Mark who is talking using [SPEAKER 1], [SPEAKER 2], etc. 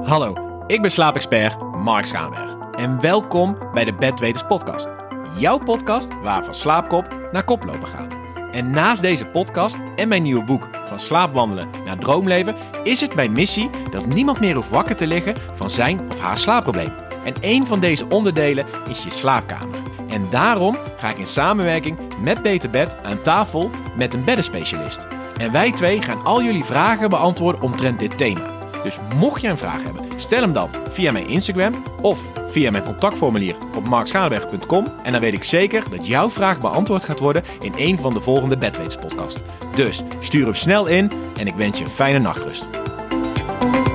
[SPEAKER 1] Hallo, ik ben slaapexpert Mark Schaanberg en welkom bij de Bedweters podcast. Jouw podcast waar van slaapkop naar koploper gaan. En naast deze podcast en mijn nieuwe boek Van slaapwandelen naar droomleven is het mijn missie dat niemand meer hoeft wakker te liggen van zijn of haar slaapprobleem. En één van deze onderdelen is je slaapkamer. En daarom ga ik in samenwerking met Beter Bed aan tafel met een beddenspecialist. En wij twee gaan al jullie vragen beantwoorden omtrent dit thema. Dus mocht je een vraag hebben, stel hem dan via mijn Instagram of via mijn contactformulier op markschaanberg.com. En dan weet ik zeker dat jouw vraag beantwoord gaat worden in een van de volgende Bedweters podcasts. Dus stuur hem snel in en ik wens je een fijne nachtrust.